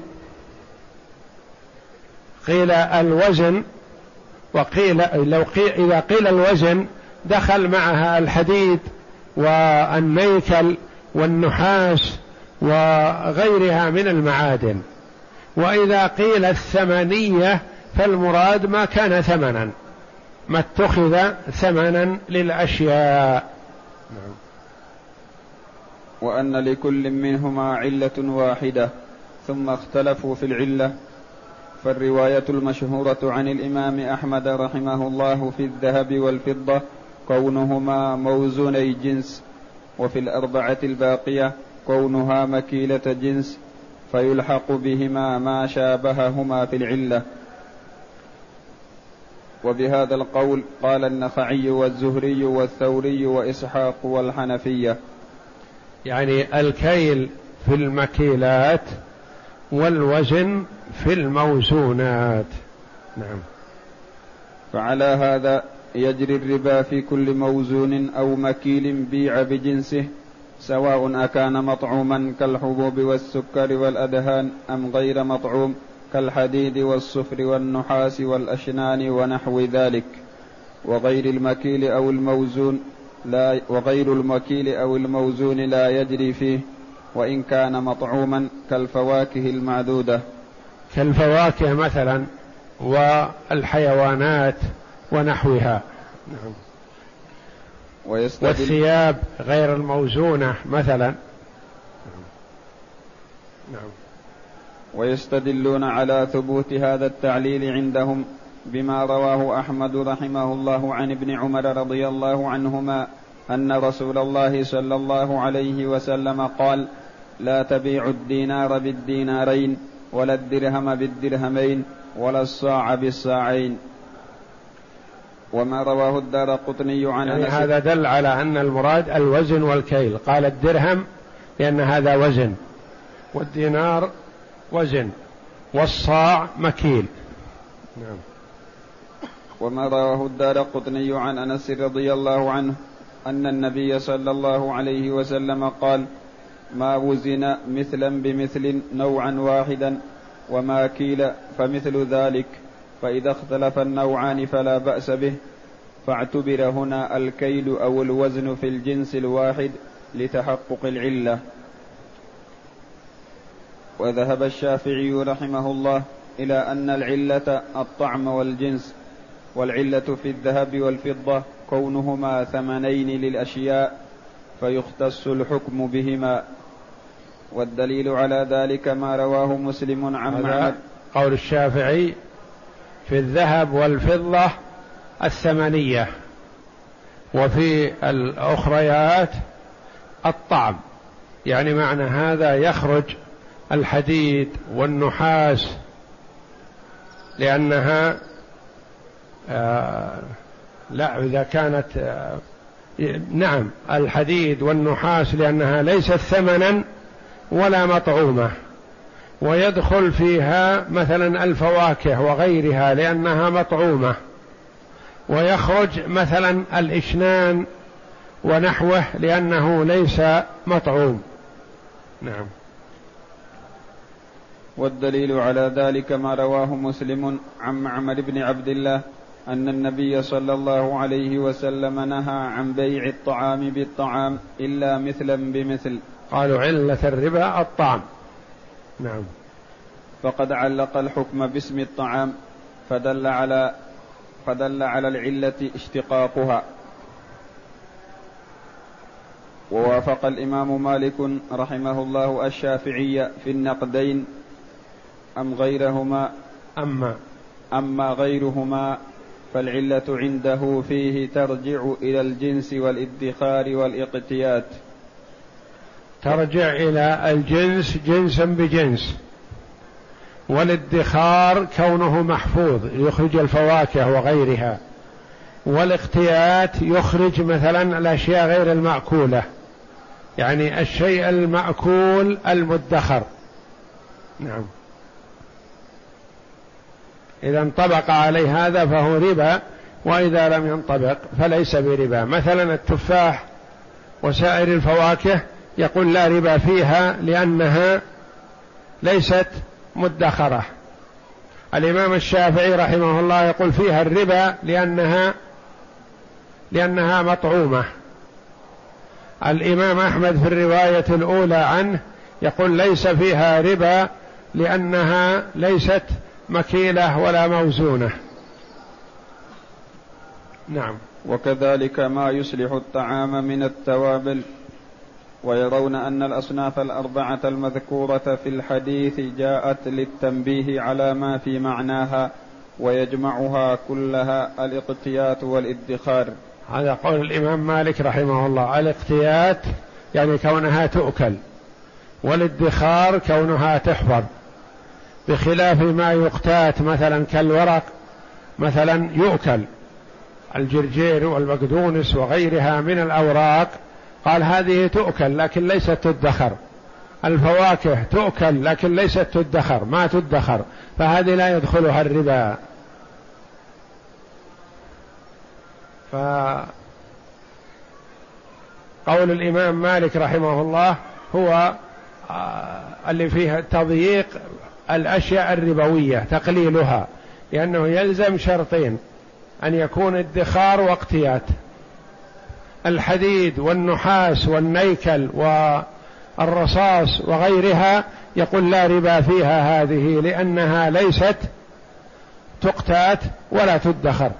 قيل الوزن، وقيل لو قيل إذا قيل الوزن دخل معها الحديد والنيكل والنحاس وغيرها من المعادن، وإذا قيل الثمنية فالمراد ما كان ثمنا، ما اتخذ ثمنا للأشياء. نعم. وأن لكل منهما علة واحدة، ثم اختلفوا في العلة. فالرواية المشهورة عن الإمام أحمد رحمه الله في الذهب والفضة كونهما موزوني جنس، وفي الأربعة الباقية كونها مكيلة جنس، فيلحق بهما ما شابههما في العلة. وبهذا القول قال النخعي والزهري والثوري وإسحاق والحنفية. يعني الكيل في المكيلات والوزن في الموزونات. نعم. فعلى هذا يجري الربا في كل موزون أو مكيل بيع بجنسه، سواء أكان مطعوما كالحبوب والسكر والأدهان أم غير مطعوم كالحديد والصفر والنحاس والأشنان ونحو ذلك، وغير المكيل أو الموزون لا وغير المكيل أو الموزون لا يجري فيه، وإن كان مطعوما كالفواكه المعدودة، كالفواكه مثلا والحيوانات ونحوها. نعم. والثياب غير الموزونة مثلا. نعم. ويستدلون على ثبوت هذا التعليل عندهم بما رواه أحمد رحمه الله عن ابن عمر رضي الله عنهما أن رسول الله صلى الله عليه وسلم قال: لا تبيعوا الدينار بالدينارين ولا الدرهم بالدرهمين ولا الصاع بالصاعين. وما رواه الدارقطني عن يعني هذا دل على أن المراد الوزن والكيل، قال الدرهم لأن هذا وزن، والدينار وزن، والصاع مكيل. نعم. وما رواه الدارقطني عن أنس رضي الله عنه أن النبي صلى الله عليه وسلم قال: ما وزن مثلا بمثل نوعا واحدا وما كيل فمثل ذلك، فإذا اختلف النوعان فلا بأس به، فاعتبر هنا الكيل أو الوزن في الجنس الواحد لتحقق العلة. وذهب الشافعي رحمه الله إلى أن العلة الطعم والجنس، والعلة في الذهب والفضة كونهما ثمنين للأشياء فيختص الحكم بهما. والدليل على ذلك ما رواه مسلم عن معمر. قول الشافعي في الذهب والفضة الثمنية، وفي الأخريات الطعم، يعني معنى هذا يخرج الحديد والنحاس لأنها آه لا إذا كانت آه نعم الحديد والنحاس لأنها ليست ثمنا ولا مطعومة، ويدخل فيها مثلا الفواكه وغيرها لأنها مطعومة، ويخرج مثلا الإشنان ونحوه لأنه ليس مطعوم. نعم. والدليل على ذلك ما رواه مسلم عن معمر بن عبد الله أن النبي صلى الله عليه وسلم نهى عن بيع الطعام بالطعام إلا مثلا بمثل. قالوا علة الربا الطعم. نعم. فقد علق الحكم باسم الطعام فدل على فدل على العلة اشتقاقها. ووافق الإمام مالك رحمه الله الشافعي في النقدين أم غيرهما أما أما غيرهما فالعلة عنده فيه ترجع إلى الجنس والادخار والاقتيات. ترجع إلى الجنس جنسا بجنس، والادخار كونه محفوظ يخرج الفواكه وغيرها، والاقتيات يخرج مثلا الأشياء غير المأكولة، يعني الشيء المأكول المدخر. نعم. إذا انطبق عليه هذا فهو ربا، وإذا لم ينطبق فليس بربا. مثلا التفاح وسائر الفواكه يقول لا ربا فيها لأنها ليست مدخرة. الإمام الشافعي رحمه الله يقول فيها الربا لأنها لأنها مطعومة. الإمام أحمد في الرواية الأولى عنه يقول ليس فيها ربا لأنها ليست مكيلة ولا موزونة. نعم. وكذلك ما يصلح الطعام من التوابل. ويرون أن الأصناف الأربعة المذكورة في الحديث جاءت للتنبيه على ما في معناها، ويجمعها كلها الاقتيات والادخار. هذا قول الإمام مالك رحمه الله. الاقتيات يعني كونها تؤكل، والادخار كونها تحفظ، بخلاف ما يقتات مثلا كالورق مثلا يؤكل، الجرجير والبقدونس وغيرها من الأوراق قال هذه تؤكل لكن ليست تدخر. الفواكه تؤكل لكن ليست تدخر، ما تدخر، فهذه لا يدخلها الربا. فقول الإمام مالك رحمه الله هو اللي فيها تضييق الأشياء الربوية تقليلها، لأنه يلزم شرطين: أن يكون ادخار واقتيات. الحديد والنحاس والنيكل والرصاص وغيرها يقول لا ربا فيها هذه لأنها ليست تقتات ولا تدخر.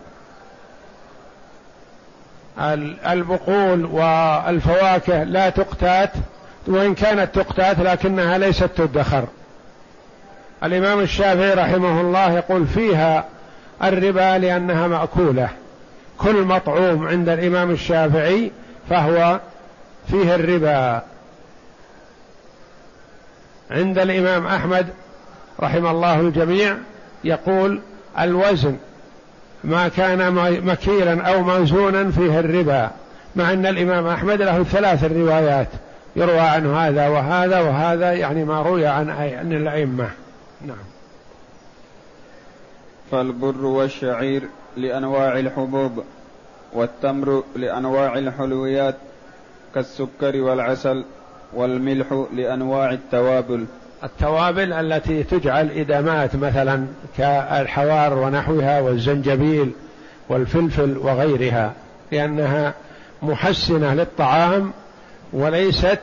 البقول والفواكه لا تقتات، وإن كانت تقتات لكنها ليست تدخر. الإمام الشافعي رحمه الله يقول فيها الربا لأنها مأكولة. كل مطعوم عند الإمام الشافعي فهو فيه الربا. عند الإمام أحمد رحمه الله الجميع يقول الوزن ما كان مكيلا أو موزونا فيه الربا، مع أن الإمام أحمد له ثلاث الروايات يروى عنه هذا وهذا وهذا، يعني ما روي عن عن الأئمة. نعم. فالبر والشعير لأنواع الحبوب، والتمر لأنواع الحلويات كالسكر والعسل، والملح لأنواع التوابل. التوابل التي تجعل إدامات مثلا كالحوار ونحوها والزنجبيل والفلفل وغيرها، لأنها محسنة للطعام وليست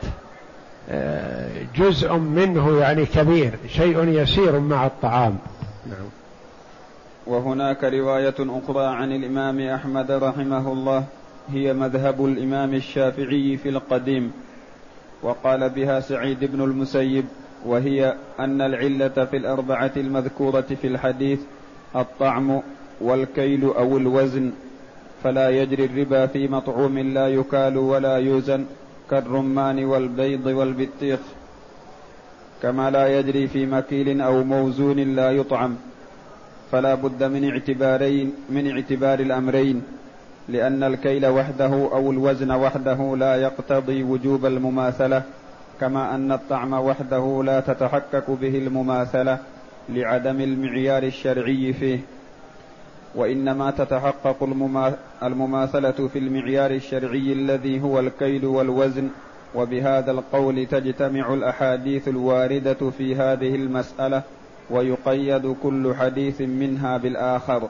جزء منه يعني كبير، شيء يسير مع الطعام. نعم. وهناك رواية أخرى عن الإمام أحمد رحمه الله هي مذهب الإمام الشافعي في القديم، وقال بها سعيد بن المسيب، وهي أن العلة في الأربعة المذكورة في الحديث الطعم والكيل أو الوزن، فلا يجري الربا في مطعوم لا يكال ولا يوزن كالرمان والبيض والبطيخ، كما لا يجري في مكيل أو موزون لا يطعم. فلا بد من اعتبارين من اعتبار الأمرين، لأن الكيل وحده أو الوزن وحده لا يقتضي وجوب المماثلة، كما أن الطعم وحده لا تتحقق به المماثلة لعدم المعيار الشرعي فيه، وإنما تتحقق المماثلة في المعيار الشرعي الذي هو الكيل والوزن. وبهذا القول تجتمع الأحاديث الواردة في هذه المسألة، ويقيد كل حديث منها بالآخر.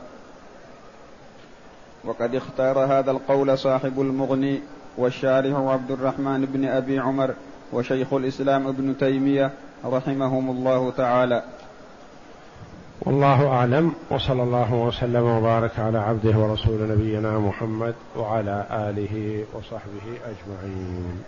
وقد اختار هذا القول صاحب المغني والشارح عبد الرحمن بن أبي عمر وشيخ الإسلام ابن تيمية رحمهم الله تعالى. والله أعلم، وصلى الله وسلم وبارك على عبده ورسول نبينا محمد وعلى آله وصحبه أجمعين.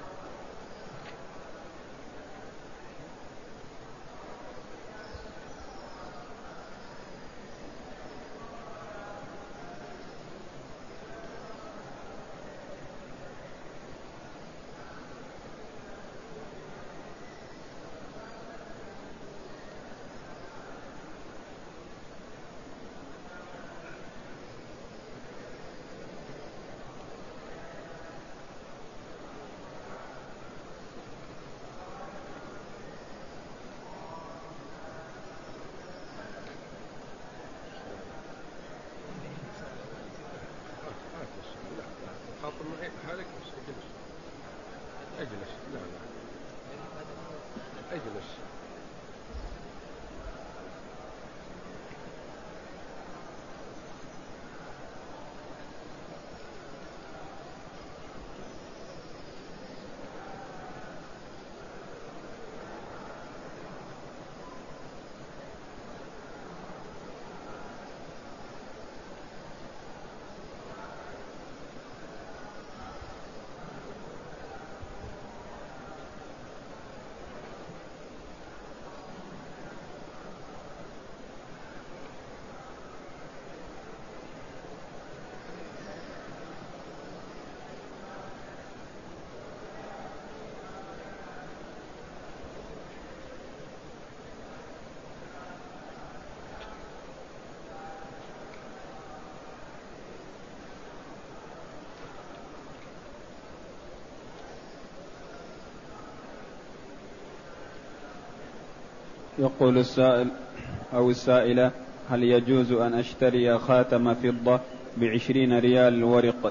يقول السائل أو السائلة: هل يجوز أن أشتري خاتم فضة بعشرين ريال ورق؟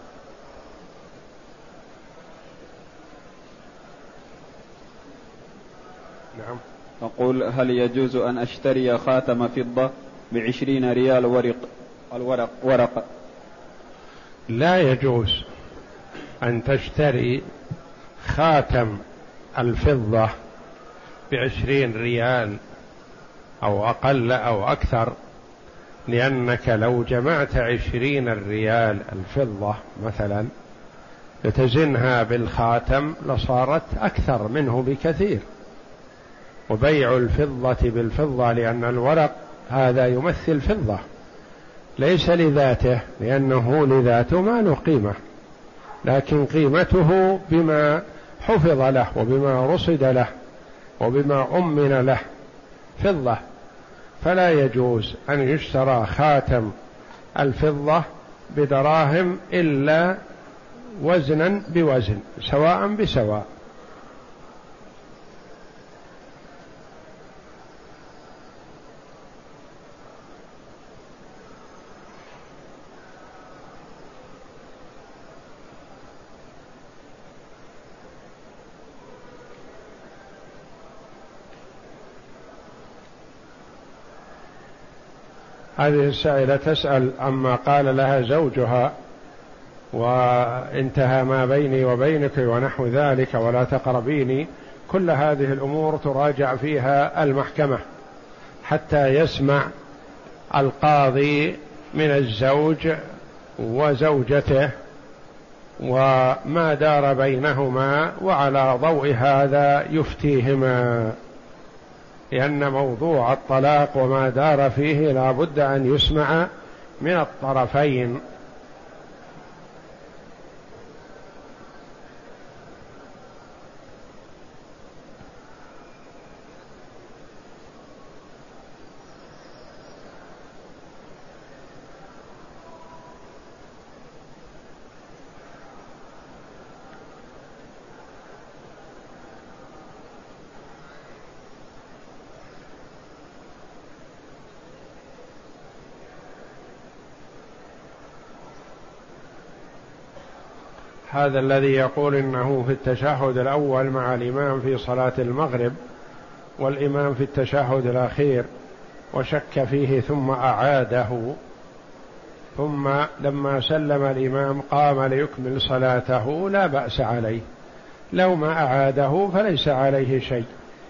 نعم. أقول: هل يجوز أن أشتري خاتم فضة بعشرين ريال ورق الورق ورق؟ لا يجوز أن تشتري خاتم الفضة بعشرين ريال أو أقل أو أكثر، لأنك لو جمعت عشرين الريال الفضة مثلا لتزنها بالخاتم لصارت أكثر منه بكثير. وبيع الفضة بالفضة، لأن الورق هذا يمثل فضة ليس لذاته، لأنه لذاته ما له قيمة، لكن قيمته بما حفظ له وبما رصد له وبما أمن له فضة. فلا يجوز أن يشترى خاتم الفضة بدراهم إلا وزنا بوزن، سواء بسواء. هذه السائلة تسأل عما قال لها زوجها وانتهى ما بيني وبينك ونحو ذلك ولا تقربيني. كل هذه الأمور تراجع فيها المحكمة حتى يسمع القاضي من الزوج وزوجته وما دار بينهما، وعلى ضوء هذا يفتيهما، لأن موضوع الطلاق وما دار فيه لا بد أن يسمع من الطرفين. هذا الذي يقول إنه في التشهد الأول مع الإمام في صلاة المغرب والإمام في التشهد الأخير وشك فيه ثم أعاده، ثم لما سلم الإمام قام ليكمل صلاته، لا بأس عليه، لو ما أعاده فليس عليه شيء.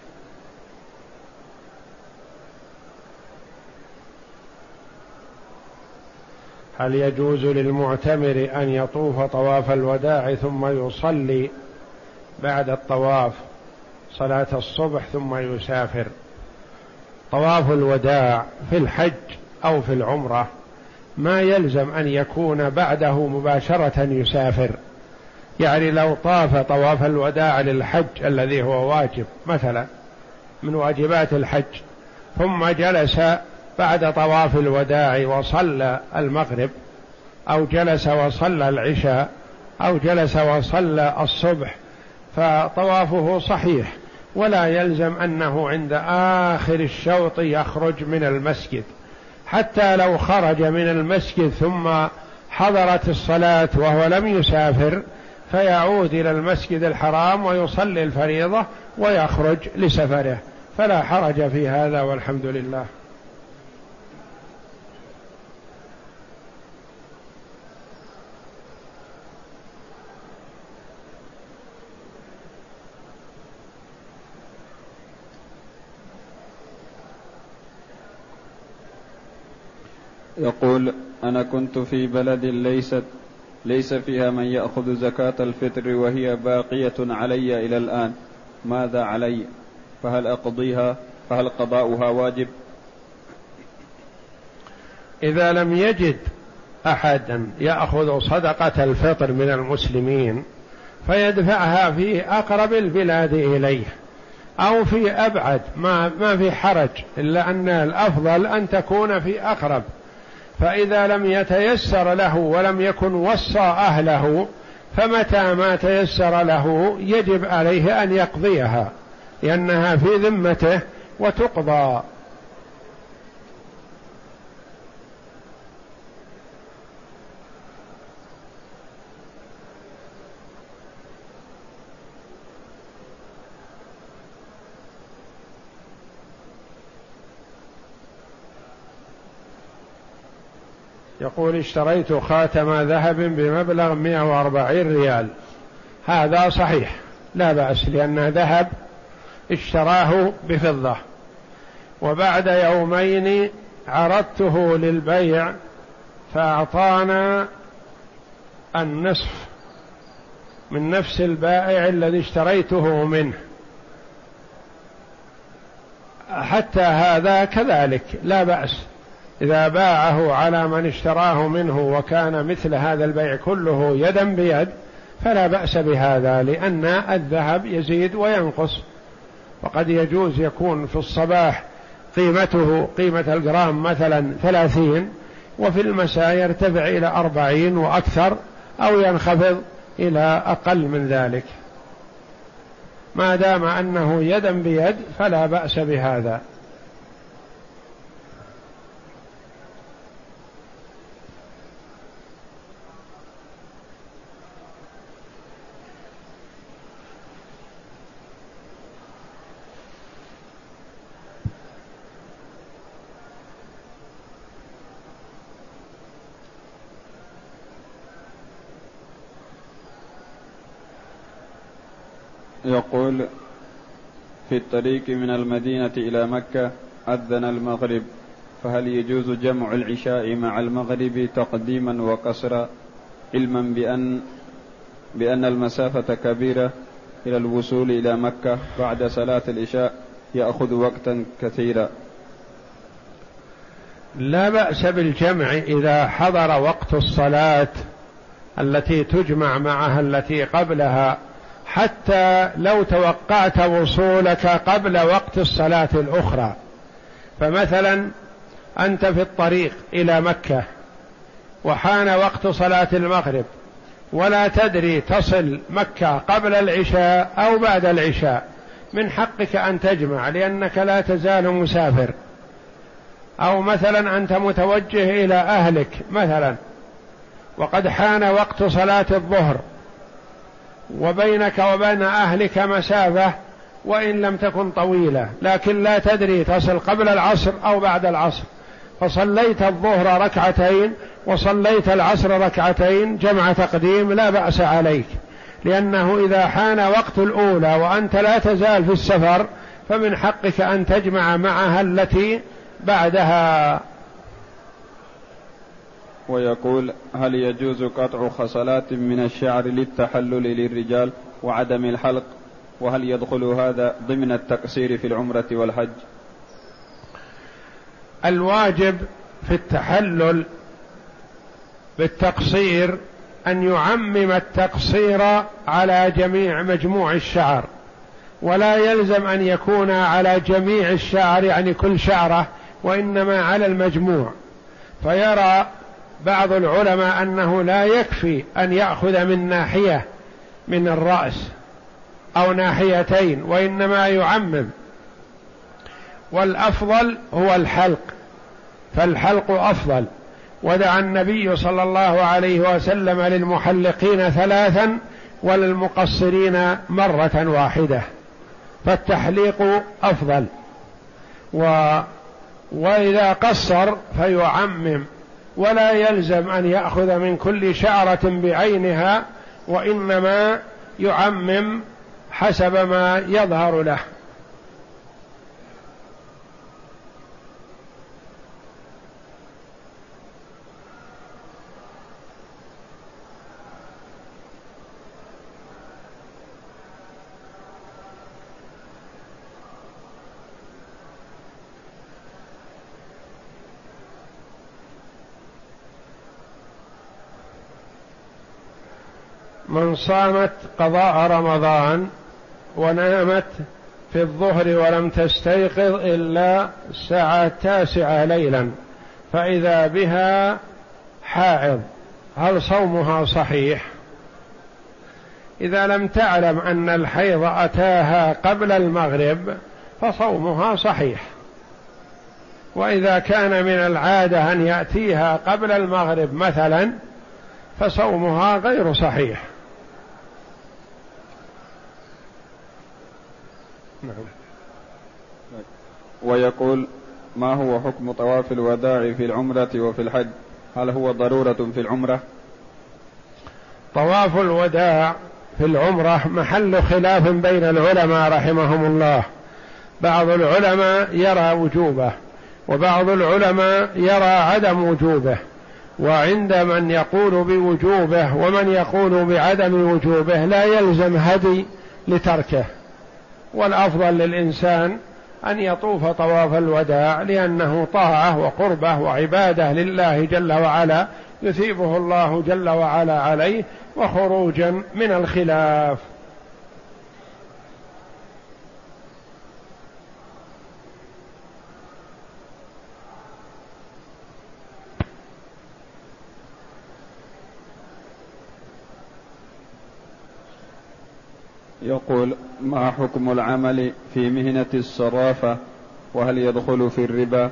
هل يجوز للمعتمر أن يطوف طواف الوداع ثم يصلي بعد الطواف صلاة الصبح ثم يسافر؟ طواف الوداع في الحج أو في العمرة ما يلزم أن يكون بعده مباشرة يسافر. يعني لو طاف طواف الوداع للحج الذي هو واجب مثلا من واجبات الحج، ثم جلس بعد طواف الوداع وصلى المغرب أو جلس وصلى العشاء أو جلس وصلى الصبح، فطوافه صحيح، ولا يلزم أنه عند آخر الشوط يخرج من المسجد. حتى لو خرج من المسجد ثم حضرت الصلاة وهو لم يسافر فيعود إلى المسجد الحرام ويصلي الفريضة ويخرج لسفره، فلا حرج في هذا والحمد لله. يقول: أنا كنت في بلد ليست ليس فيها من يأخذ زكاة الفطر وهي باقية علي إلى الآن، ماذا علي؟ فهل أقضيها؟ فهل قضاؤها واجب؟ إذا لم يجد أحدا يأخذ صدقة الفطر من المسلمين فيدفعها في أقرب البلاد إليه أو في أبعد، ما, ما في حرج، إلا أن الأفضل أن تكون في أقرب. فإذا لم يتيسر له ولم يكن وصى أهله فمتى ما تيسر له يجب عليه أن يقضيها، لأنها في ذمته وتقضى. يقول: اشتريت خاتم ذهب بمبلغ مئة وأربعين ريال. هذا صحيح لا بأس، لأن ذهب اشتراه بفضة، وبعد يومين عرضته للبيع فأعطانا النصف من نفس البائع الذي اشتريته منه، حتى هذا كذلك لا بأس. إذا باعه على من اشتراه منه وكان مثل هذا البيع كله يدا بيد فلا بأس بهذا، لأن الذهب يزيد وينقص، وقد يجوز يكون في الصباح قيمته قيمة الجرام مثلا ثلاثين، وفي المساء يرتفع إلى أربعين وأكثر، أو ينخفض إلى أقل من ذلك. ما دام أنه يدا بيد فلا بأس بهذا. يقول: في الطريق من المدينة إلى مكة أذن المغرب، فهل يجوز جمع العشاء مع المغرب تقديما وقصرا، علما بأن بأن المسافة كبيرة إلى الوصول إلى مكة بعد صلاة العشاء يأخذ وقتا كثيرا؟ لا بأس بالجمع إذا حضر وقت الصلاة التي تجمع معها التي قبلها، حتى لو توقعت وصولك قبل وقت الصلاة الأخرى. فمثلا أنت في الطريق إلى مكة وحان وقت صلاة المغرب ولا تدري تصل مكة قبل العشاء أو بعد العشاء، من حقك أن تجمع لأنك لا تزال مسافر. أو مثلا أنت متوجه إلى أهلك مثلا وقد حان وقت صلاة الظهر وبينك وبين أهلك مسافة وإن لم تكن طويلة، لكن لا تدري تصل قبل العصر أو بعد العصر، فصليت الظهر ركعتين وصليت العصر ركعتين جمع تقديم لا بأس عليك، لأنه إذا حان وقت الأولى وأنت لا تزال في السفر فمن حقك أن تجمع معها التي بعدها. ويقول: هل يجوز قطع خصلات من الشعر للتحلل للرجال وعدم الحلق، وهل يدخل هذا ضمن التقصير في العمرة والحج؟ الواجب في التحلل بالتقصير أن يعمم التقصير على جميع مجموع الشعر، ولا يلزم أن يكون على جميع الشعر يعني كل شعرة، وإنما على المجموع. فيرى بعض العلماء أنه لا يكفي أن يأخذ من ناحية من الرأس أو ناحيتين، وإنما يعمم، والأفضل هو الحلق، فالحلق أفضل. ودعا النبي صلى الله عليه وسلم للمحلقين ثلاثا وللمقصرين مرة واحدة، فالتحليق أفضل. و وإذا قصر فيعمم، ولا يلزم أن يأخذ من كل شعرة بعينها، وإنما يعمم حسب ما يظهر له. من صامت قضاء رمضان ونامت في الظهر ولم تستيقظ إلا الساعة التاسعة ليلا فإذا بها حائض، هل صومها صحيح؟ إذا لم تعلم أن الحيض أتاها قبل المغرب فصومها صحيح، وإذا كان من العادة أن يأتيها قبل المغرب مثلا فصومها غير صحيح. نعم. ويقول: ما هو حكم طواف الوداع في العمرة وفي الحج؟ هل هو ضرورة في العمرة؟ طواف الوداع في العمرة محل خلاف بين العلماء رحمهم الله، بعض العلماء يرى وجوبه وبعض العلماء يرى عدم وجوبه، وعند من يقول بوجوبه ومن يقول بعدم وجوبه لا يلزم هدي لتركه، والأفضل للإنسان أن يطوف طواف الوداع لأنه طاعة وقربة وعبادة لله جل وعلا يثيبه الله جل وعلا عليه، وخروجا من الخلاف. يقول: ما حكم العمل في مهنة الصرافة، وهل يدخل في الربا؟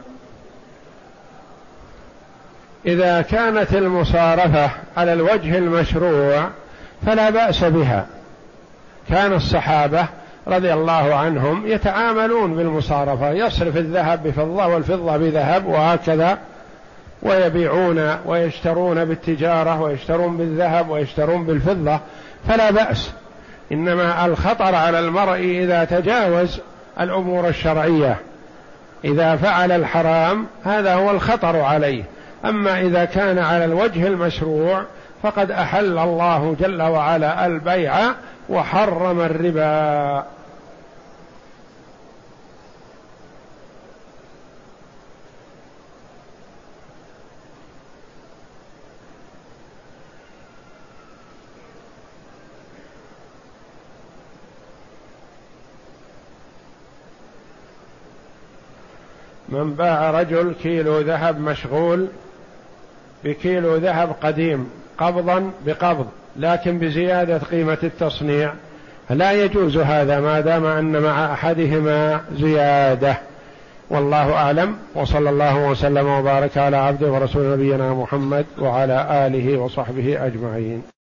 إذا كانت المصارفة على الوجه المشروع فلا بأس بها، كان الصحابة رضي الله عنهم يتعاملون بالمصارفة، يصرف الذهب بفضة والفضة بذهب وهكذا، ويبيعون ويشترون بالتجارة ويشترون بالذهب ويشترون بالفضة، فلا بأس. إنما الخطر على المرء إذا تجاوز الأمور الشرعية، إذا فعل الحرام هذا هو الخطر عليه. أما إذا كان على الوجه المشروع فقد أحل الله جل وعلا البيع وحرم الربا. من باع رجل كيلو ذهب مشغول بكيلو ذهب قديم قبضا بقبض لكن بزيادة قيمة التصنيع، لا يجوز هذا ما دام أن مع أحدهما زيادة. والله أعلم، وصلى الله وسلم وبارك على عبده ورسول نبينا محمد وعلى آله وصحبه أجمعين.